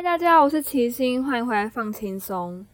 大家好，我是齐心，欢迎回来放轻松。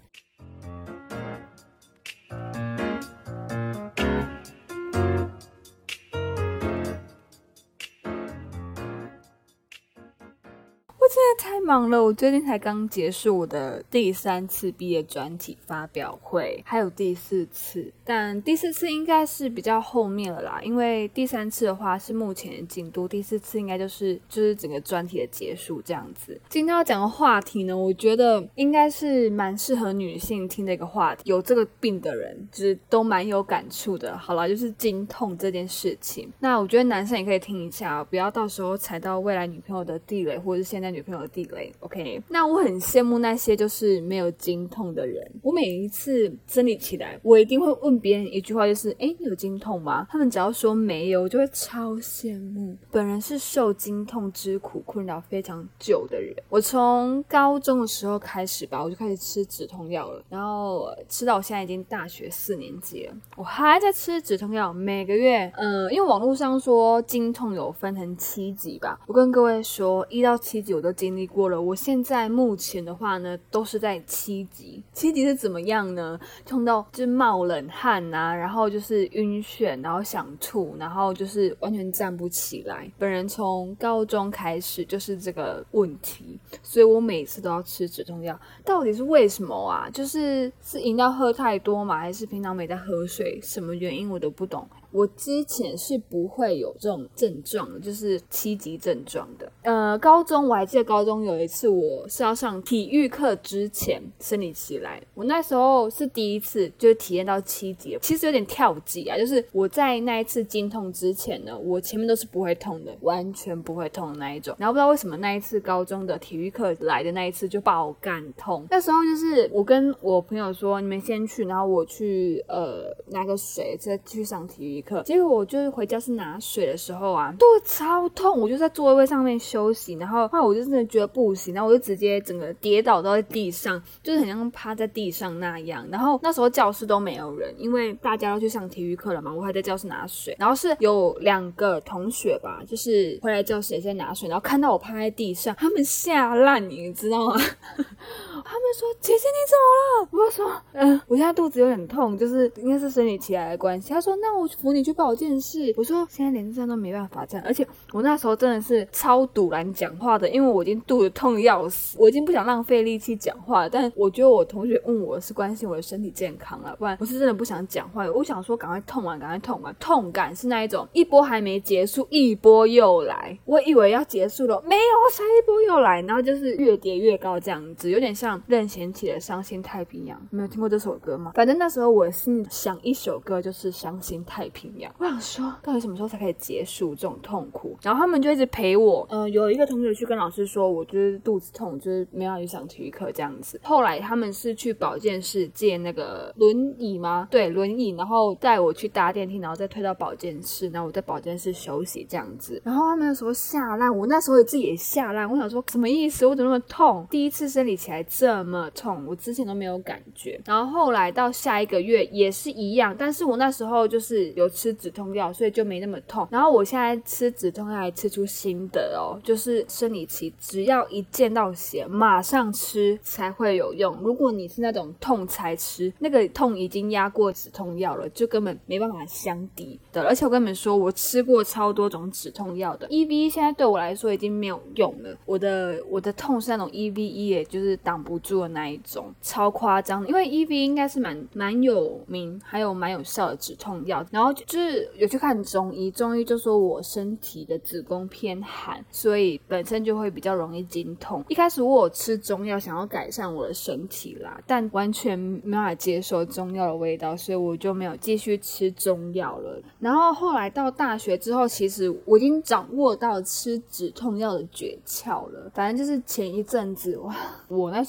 我真的太忙了，我最近才刚结束我的第3次毕业专题发表会，还有第4次，但第4次应该是比较后面了啦，因为第3次的话是目前的进度，第4次应该就是整个专题的结束这样子。今天要讲的话题呢，我觉得应该是蛮适合女性听的一个话题，有这个病的人就是都蛮有感触的。好啦，就是经痛这件事情，那我觉得男生也可以听一下不要到时候踩到未来女朋友的地雷，或者是现在女朋友的地雷 OK。 那我很羡慕那些就是没有经痛的人，我每一次生理期来，我一定会问别人一句话，就是你有经痛吗？他们只要说没有，我就会超羡慕。本人是受经痛之苦困扰非常久的人，我从高中的时候开始吧，我就开始吃止痛药了，然后吃到我现在已经大学4年级了，我还在吃止痛药，每个月因为网络上说经痛有分成7级吧，我跟各位说1到7级我都经历过了，我现在目前的话呢都是在7级。7级是怎么样呢？痛到就是冒冷汗啊，然后就是晕眩，然后想吐，然后就是完全站不起来。本人从高中开始就是这个问题，所以我每次都要吃止痛药。到底是为什么啊？是饮料喝太多吗？还是平常没在喝水？什么原因我都不懂。我之前是不会有这种症状的，就是7级症状的。高中我还记得高中有一次我是要上体育课之前生理期来，我那时候是第一次就体验到7级，其实有点跳级啊，就是我在那一次经痛之前呢，我前面都是不会痛的，完全不会痛的那一种，然后不知道为什么那一次高中的体育课来的那一次就爆干痛。那时候就是我跟我朋友说你们先去，然后我去拿个水再去上体育课，结果我就是回教室拿水的时候啊，肚子超痛，我就在座位上面休息，然后后来我就真的觉得不行，然后我就直接整个跌倒到在地上，就是很像趴在地上那样。然后那时候教室都没有人，因为大家都去上体育课了嘛，我还在教室拿水，然后是有2个同学吧，就是回来教室也在拿水，然后看到我趴在地上，他们吓烂你知道吗？他们说姐姐你怎么了？我说我现在肚子有点痛，就是应该是生理期来的关系。他说那我扶你去保健室。我说现在连站都没办法站，而且我那时候真的是超堵拦讲话的，因为我已经肚子痛得要死，我已经不想浪费力气讲话了，但我觉得我同学问我是关心我的身体健康了，不然我是真的不想讲话。我想说赶快痛完，痛感是那一种一波还没结束一波又来，我以为要结束了，没有，下一波又来，然后就是越叠越高这样子，有点像任贤齐的《伤心太平洋》，你没有听过这首歌吗？反正那时候我心里想一首歌就是《伤心太平洋》，我想说到底什么时候才可以结束这种痛苦，然后他们就一直陪我。有一个同学去跟老师说我就是肚子痛，就是没有去上体育课这样子。后来他们是去保健室借那个轮椅吗？对，轮椅，然后带我去搭电梯，然后再推到保健室，然后我在保健室休息这样子。然后他们那时候吓烂，我那时候自己也吓烂，我想说什么意思？我怎么那么痛？第一次生理起来这么痛，我之前都没有感觉。然后后来到下一个月也是一样，但是我那时候就是有吃止痛药，所以就没那么痛。然后我现在吃止痛药还吃出心得哦，就是生理期只要一见到血马上吃才会有用，如果你是那种痛才吃，那个痛已经压过止痛药了，就根本没办法相抵的。而且我跟你们说，我吃过超多种止痛药的 EV 现在对我来说已经没有用了，我的痛是那种 EVE 也就是挡不住的那一种，超夸张的。因为 EV 应该是蛮有名还有蛮有效的止痛药，然后就是有去看中医，中医就说我身体的子宫偏寒，所以本身就会比较容易经痛。一开始我有吃中药想要改善我的身体啦，但完全没办法接受中药的味道，所以我就没有继续吃中药了。然后后来到大学之后，其实我已经掌握到吃止痛药的诀窍了。反正就是前一阵子我那时候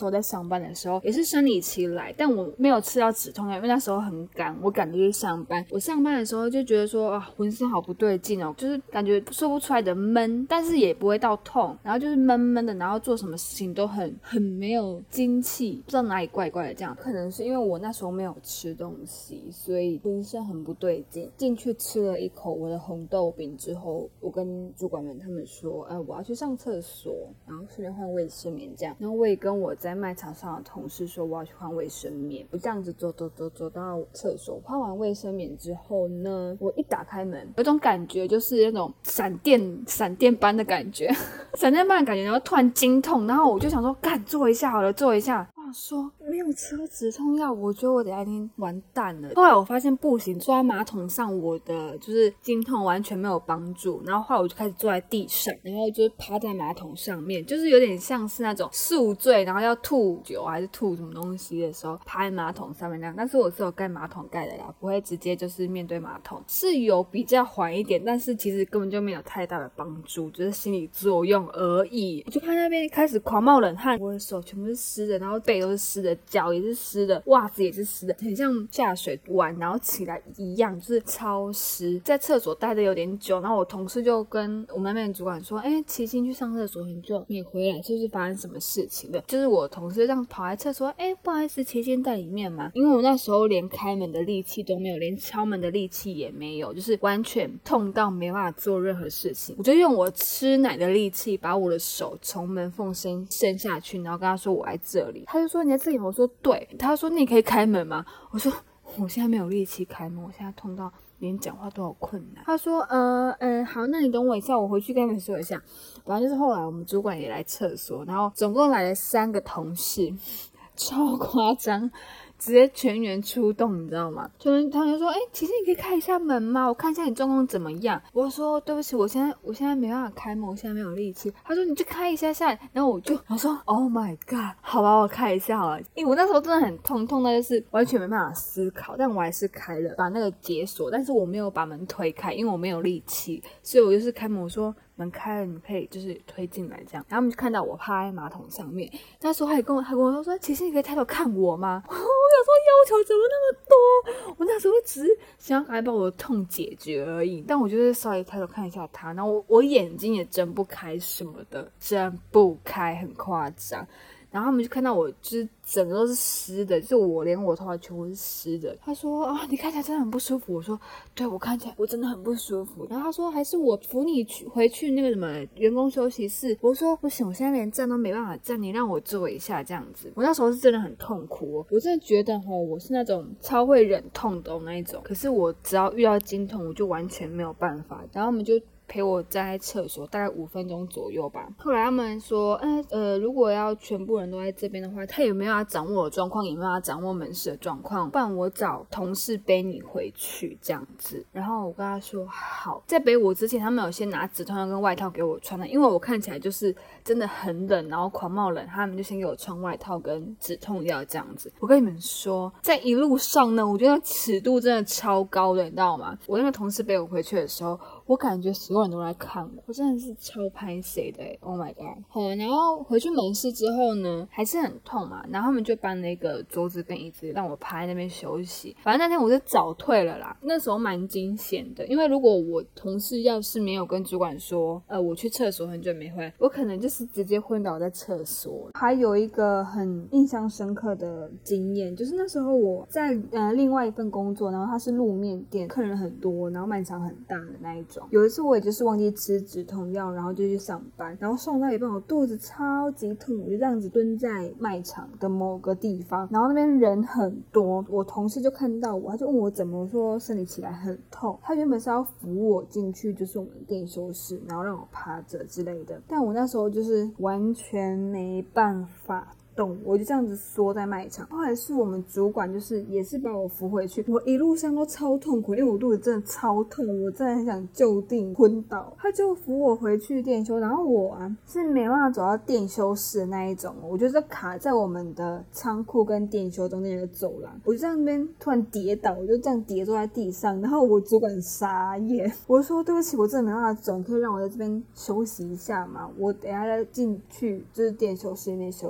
候在上班的时候也是生理期来，但我没有吃到止痛药，因为那时候很赶，我赶着去上班。我上班的时候就觉得说啊，浑身好不对劲哦，就是感觉说不出来的闷，但是也不会到痛，然后就是闷闷的，然后做什么事情都很没有精气，不知道哪里怪怪的这样。可能是因为我那时候没有吃东西，所以浑身很不对劲。进去吃了一口我的红豆饼之后，我跟主管们他们说，我要去上厕所，然后顺便换卫生棉这样。然后我也跟我在卖场上的同事说我要去换卫生棉，我这样子走到厕所，换完卫生棉之后呢，我一打开门，有种感觉就是那种闪电般的感觉，闪电般的感觉，然后突然惊痛，然后我就想说，干坐一下好了，坐一下。我说没有吃到止痛药，我觉得我等一下已经完蛋了。后来我发现不行，坐在马桶上我的就是经痛完全没有帮助，然后后来我就开始坐在地上，然后就是趴在马桶上面，就是有点像是那种宿醉然后要吐酒还是吐什么东西的时候趴在马桶上面那样。但是我是有盖马桶盖的啦，不会直接就是面对马桶，是有比较缓一点，但是其实根本就没有太大的帮助，就是心理作用而已。我就趴在那边开始狂冒冷汗，我的手全部是湿的，然后背都是湿的，脚也是湿的，袜子也是湿的，很像下水玩然后起来一样，就是超湿。在厕所待的有点久，然后我同事就跟我们那边的主管说，琪欣去上厕所很久没回来，是不是发生什么事情的？就是我同事这样跑来厕所，不好意思，琪欣在里面嘛？因为我那时候连开门的力气都没有，连敲门的力气也没有，就是完全痛到没办法做任何事情。我就用我吃奶的力气把我的手从门缝伸下去，然后跟他说我在这里。他就说你在这里吗？我说对。他说你可以开门吗？我说我现在没有力气开门，我现在痛到连讲话都有困难。他说好，那你等我一下，我回去跟你们说一下。反正就是后来我们主管也来厕所，然后总共来了3个同事，超夸张，直接全员出动，你知道吗？他们就说其实你可以开一下门吗？我看一下你状况怎么样。我说对不起，我现在没办法开门，我现在没有力气。他说你就开一下下，然后我说 Oh my god， 好吧，我开一下好了。因为我那时候真的很痛到就是完全没办法思考，但我还是开了，把那个解锁，但是我没有把门推开，因为我没有力气，所以我就是开门，我说门开了，你可以就是推进来这样。然后他们就看到我趴在马桶上面，那时候还跟我说，其实你可以抬头看我吗？我想说要求怎么那么多？我那时候只是想要赶快把我的痛解决而已，但我就是稍微抬头看一下他，然后我眼睛也睁不开什么的，睁不开，很夸张。然后他们就看到我就是整个都是湿的，就是我连我头发全部是湿的。他说你看起来真的很不舒服。我说对，我看起来我真的很不舒服。然后他说还是我扶你回去那个什么员工休息室。我说不行，我现在连站都没办法站，你让我坐一下这样子。我那时候是真的很痛苦我真的觉得我是那种超会忍痛的那一种，可是我只要遇到经痛我就完全没有办法。然后我们就陪我站在厕所大概5分钟左右吧。后来他们说如果要全部人都在这边的话，他也没有要掌握我的状况，也没有要掌握门市的状况，不然我找同事背你回去这样子。然后我跟他说好。在背我之前他们有先拿止痛药跟外套给我穿的，因为我看起来就是真的很冷，然后狂冒冷，他们就先给我穿外套跟止痛药这样子。我跟你们说，在一路上呢，我觉得尺度真的超高的，你知道吗？我那个同事背我回去的时候，我感觉所有人都在看我真的是超拍谁的Oh my god。 好，然后回去门市之后呢，还是很痛嘛，然后他们就搬了一个桌子跟椅子让我趴在那边休息。反正那天我是早退了啦，那时候蛮惊险的，因为如果我同事要是没有跟主管说我去厕所很久没回来，我可能就是直接昏倒在厕所。还有一个很印象深刻的经验，就是那时候我在另外一份工作，然后它是路面店，客人很多，然后卖场很大的那一种。有一次我也就是忘记吃止痛药，然后就去上班，然后上到一半我肚子超级痛，我就这样子蹲在卖场的某个地方，然后那边人很多，我同事就看到我，他就问我怎么说生理起来很痛。他原本是要扶我进去就是我们的电休室，然后让我趴着之类的，但我那时候就是完全没办法动，我就这样子缩在卖场。后来是我们主管就是也是把我扶回去，我一路上都超痛苦，因为我肚子真的超痛，我真的很想就地昏倒。他就扶我回去电休，然后我是没办法走到电休室的那一种，我就是卡在我们的仓库跟电休中间的走廊，我就在那边突然跌倒，我就这样跌坐在地上，然后我主管傻眼，我说对不起，我真的没办法走，你可以让我在这边休息一下吗？我等一下再进去就是电休室里面休息。他们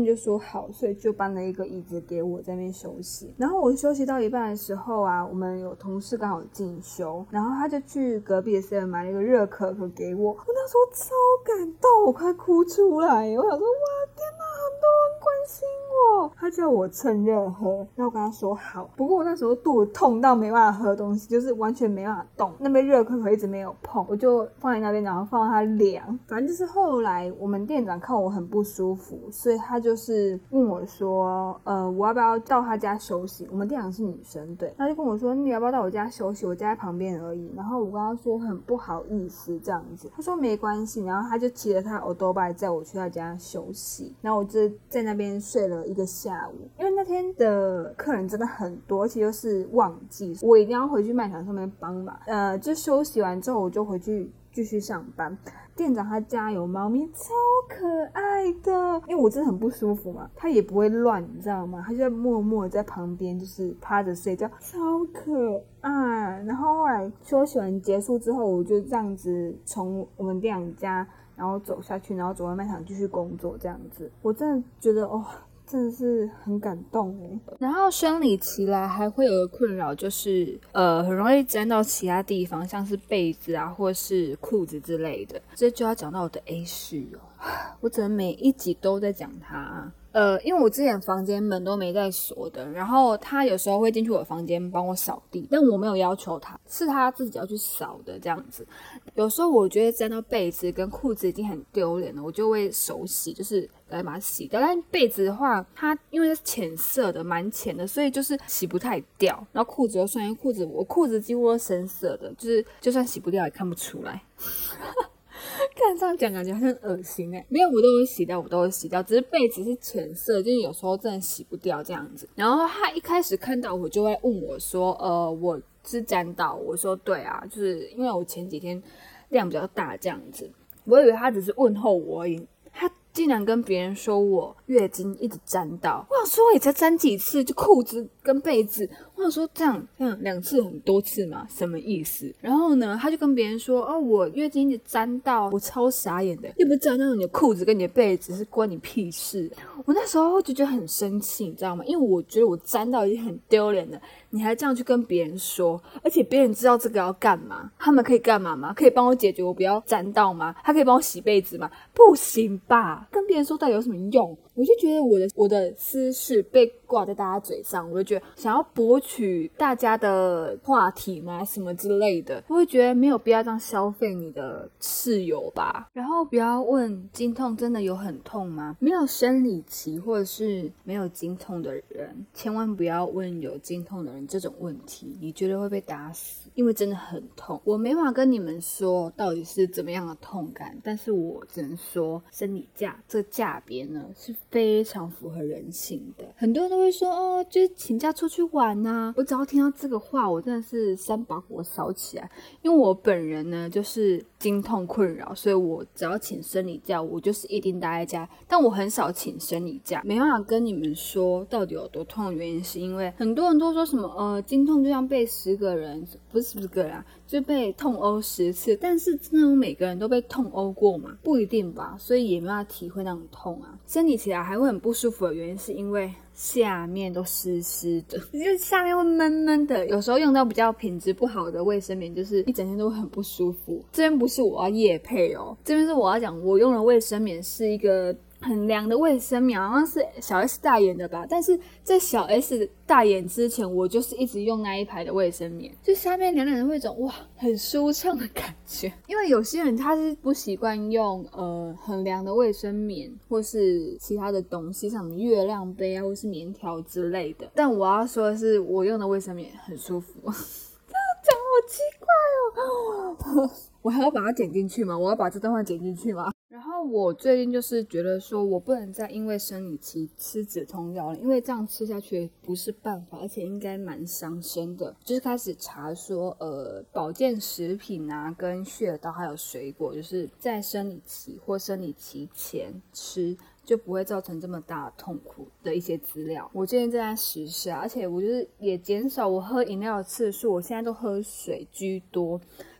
们就说好，所以就搬了一个椅子给我在那边休息。然后我休息到一半的时候啊，我们有同事刚好进修，然后他就去隔壁的 7买了一个热可可给我，我那时候超感动，我快哭出来。我想说哇天哪，很多人关心我。他叫我趁热喝，然后我跟他说好。不过我那时候肚子痛到没办法喝东西，就是完全没办法动，那杯热可可一直没有碰，我就放在那边，然后放它凉。反正就是后来我们店长看我很不舒服，所以他就是问我说我要不要到他家休息。我们店长是女生，对，他就跟我说你要不要到我家休息，我家在旁边而已。然后我跟他说很不好意思这样子，他说没关系，然后他就骑着他欧多拜载我去他家休息。然后我就在那边睡了一个下午，因为那天的客人真的很多，而且又是旺季，我一定要回去卖场上面帮忙。就休息完之后我就回去继续上班。店长他家有猫咪，超可爱的，因为我真的很不舒服嘛，他也不会乱，你知道吗？他就在默默在旁边就是趴着睡觉，超可爱。然后后来休息完结束之后，我就这样子从我们店长家然后走下去，然后走回卖场继续工作这样子。我真的觉得真的是很感动耶。然后生理期来还会有个困扰，就是很容易沾到其他地方，像是被子啊或是裤子之类的。这就要讲到我的 A 室友，我只能每一集都在讲他因为我之前房间门都没在锁的，然后他有时候会进去我的房间帮我扫地，但我没有要求他，是他自己要去扫的这样子。有时候我觉得沾到被子跟裤子已经很丢脸了，我就会手洗，就是来把它洗掉。但被子的话，它因为是浅色的，蛮浅的，所以就是洗不太掉。然后裤子又算，因为我裤子几乎都深色的，就是就算洗不掉也看不出来。看这样讲感觉很恶心没有，我都会洗掉，只是被子是浅色，就是有时候真的洗不掉这样子。然后他一开始看到我就会问我说我是沾到，我说对啊，就是因为我前几天量比较大这样子。我以为他只是问候我而已，他竟然跟别人说我月经一直沾到。我想说也才沾几次，就裤子跟被子，我想说这样2次很多次嘛，什么意思？然后呢，他就跟别人说我月经一直沾到，我超傻眼的，又不是沾到你的裤子跟你的被子，是关你屁事。我那时候就觉得很生气，你知道吗？因为我觉得我沾到已经很丢脸了，你还这样去跟别人说，而且别人知道这个要干嘛？他们可以干嘛吗？可以帮我解决我不要沾到吗？他可以帮我洗被子吗？不行吧？跟别人说到底有什么用？我就觉得我的私事被挂在大家嘴上，我就觉得想要博取大家的话题嘛，什么之类的，我会觉得没有必要这样消费你的室友吧。然后不要问经痛真的有很痛吗？没有生理期或者是没有经痛的人，千万不要问有经痛的人这种问题，你绝对会被打死，因为真的很痛。我没法跟你们说到底是怎么样的痛感，但是我只能说生理假这价别呢是非常符合人性的。很多人都会说就是请假出去玩啊，我只要听到这个话我真的是3把火烧起来。因为我本人呢就是经痛困扰，所以我只要请生理假我就是一定待在家，但我很少请生理假。没办法跟你们说到底有多痛的原因，是因为很多人都说什么经痛就像被10个人，不是10个啦，就被痛殴10次，但是真的每个人都被痛殴过嘛？不一定吧，所以也没办法体会那种痛啊。生理起来还会很不舒服的原因是因为下面都湿湿的，就是下面会闷闷的，有时候用到比较品质不好的卫生棉，就是一整天都会很不舒服。这边不是我要业配这边是我要讲我用的卫生棉是一个很凉的卫生棉，好像是小 S 代言的吧，但是在小 S 代言之前我就是一直用那一排的卫生棉，就下面凉凉的会有一种哇很舒畅的感觉。因为有些人他是不习惯用很凉的卫生棉或是其他的东西，像什么月亮杯啊或是棉条之类的，但我要说的是我用的卫生棉很舒服。这样讲好奇怪我还要把它剪进去吗？我要把这段话剪进去吗？然后我最近就是觉得说我不能再因为生理期吃止痛药了，因为这样吃下去不是办法，而且应该蛮伤身的。就是开始查说保健食品啊跟血刀还有水果，就是在生理期或生理期前吃就不会造成这么大的痛苦的一些资料，我最近正在实施而且我就是也减少我喝饮料的次数，我现在都喝水居多。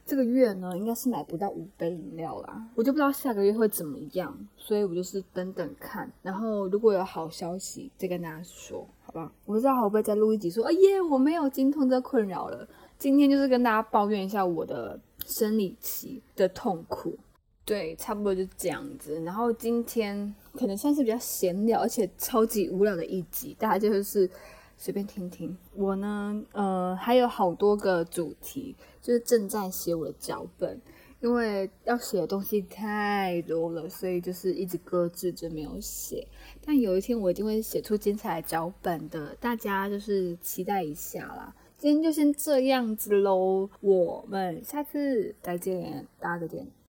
这个月呢应该是买不到5杯饮料啦，我就不知道下个月会怎么样，所以我就是等等看，然后如果有好消息再跟大家说，好不好？我不知道会不会再录一集说耶我没有经痛这困扰了，今天就是跟大家抱怨一下我的生理期的痛苦。对，差不多就这样子。然后今天可能算是比较闲聊，而且超级无聊的一集，大家就是随便听听。我呢，还有好多个主题，就是正在写我的脚本，因为要写的东西太多了，所以就是一直搁置着没有写。但有一天我一定会写出精彩的脚本的，大家就是期待一下啦。今天就先这样子咯，我们下次再见，大家再见。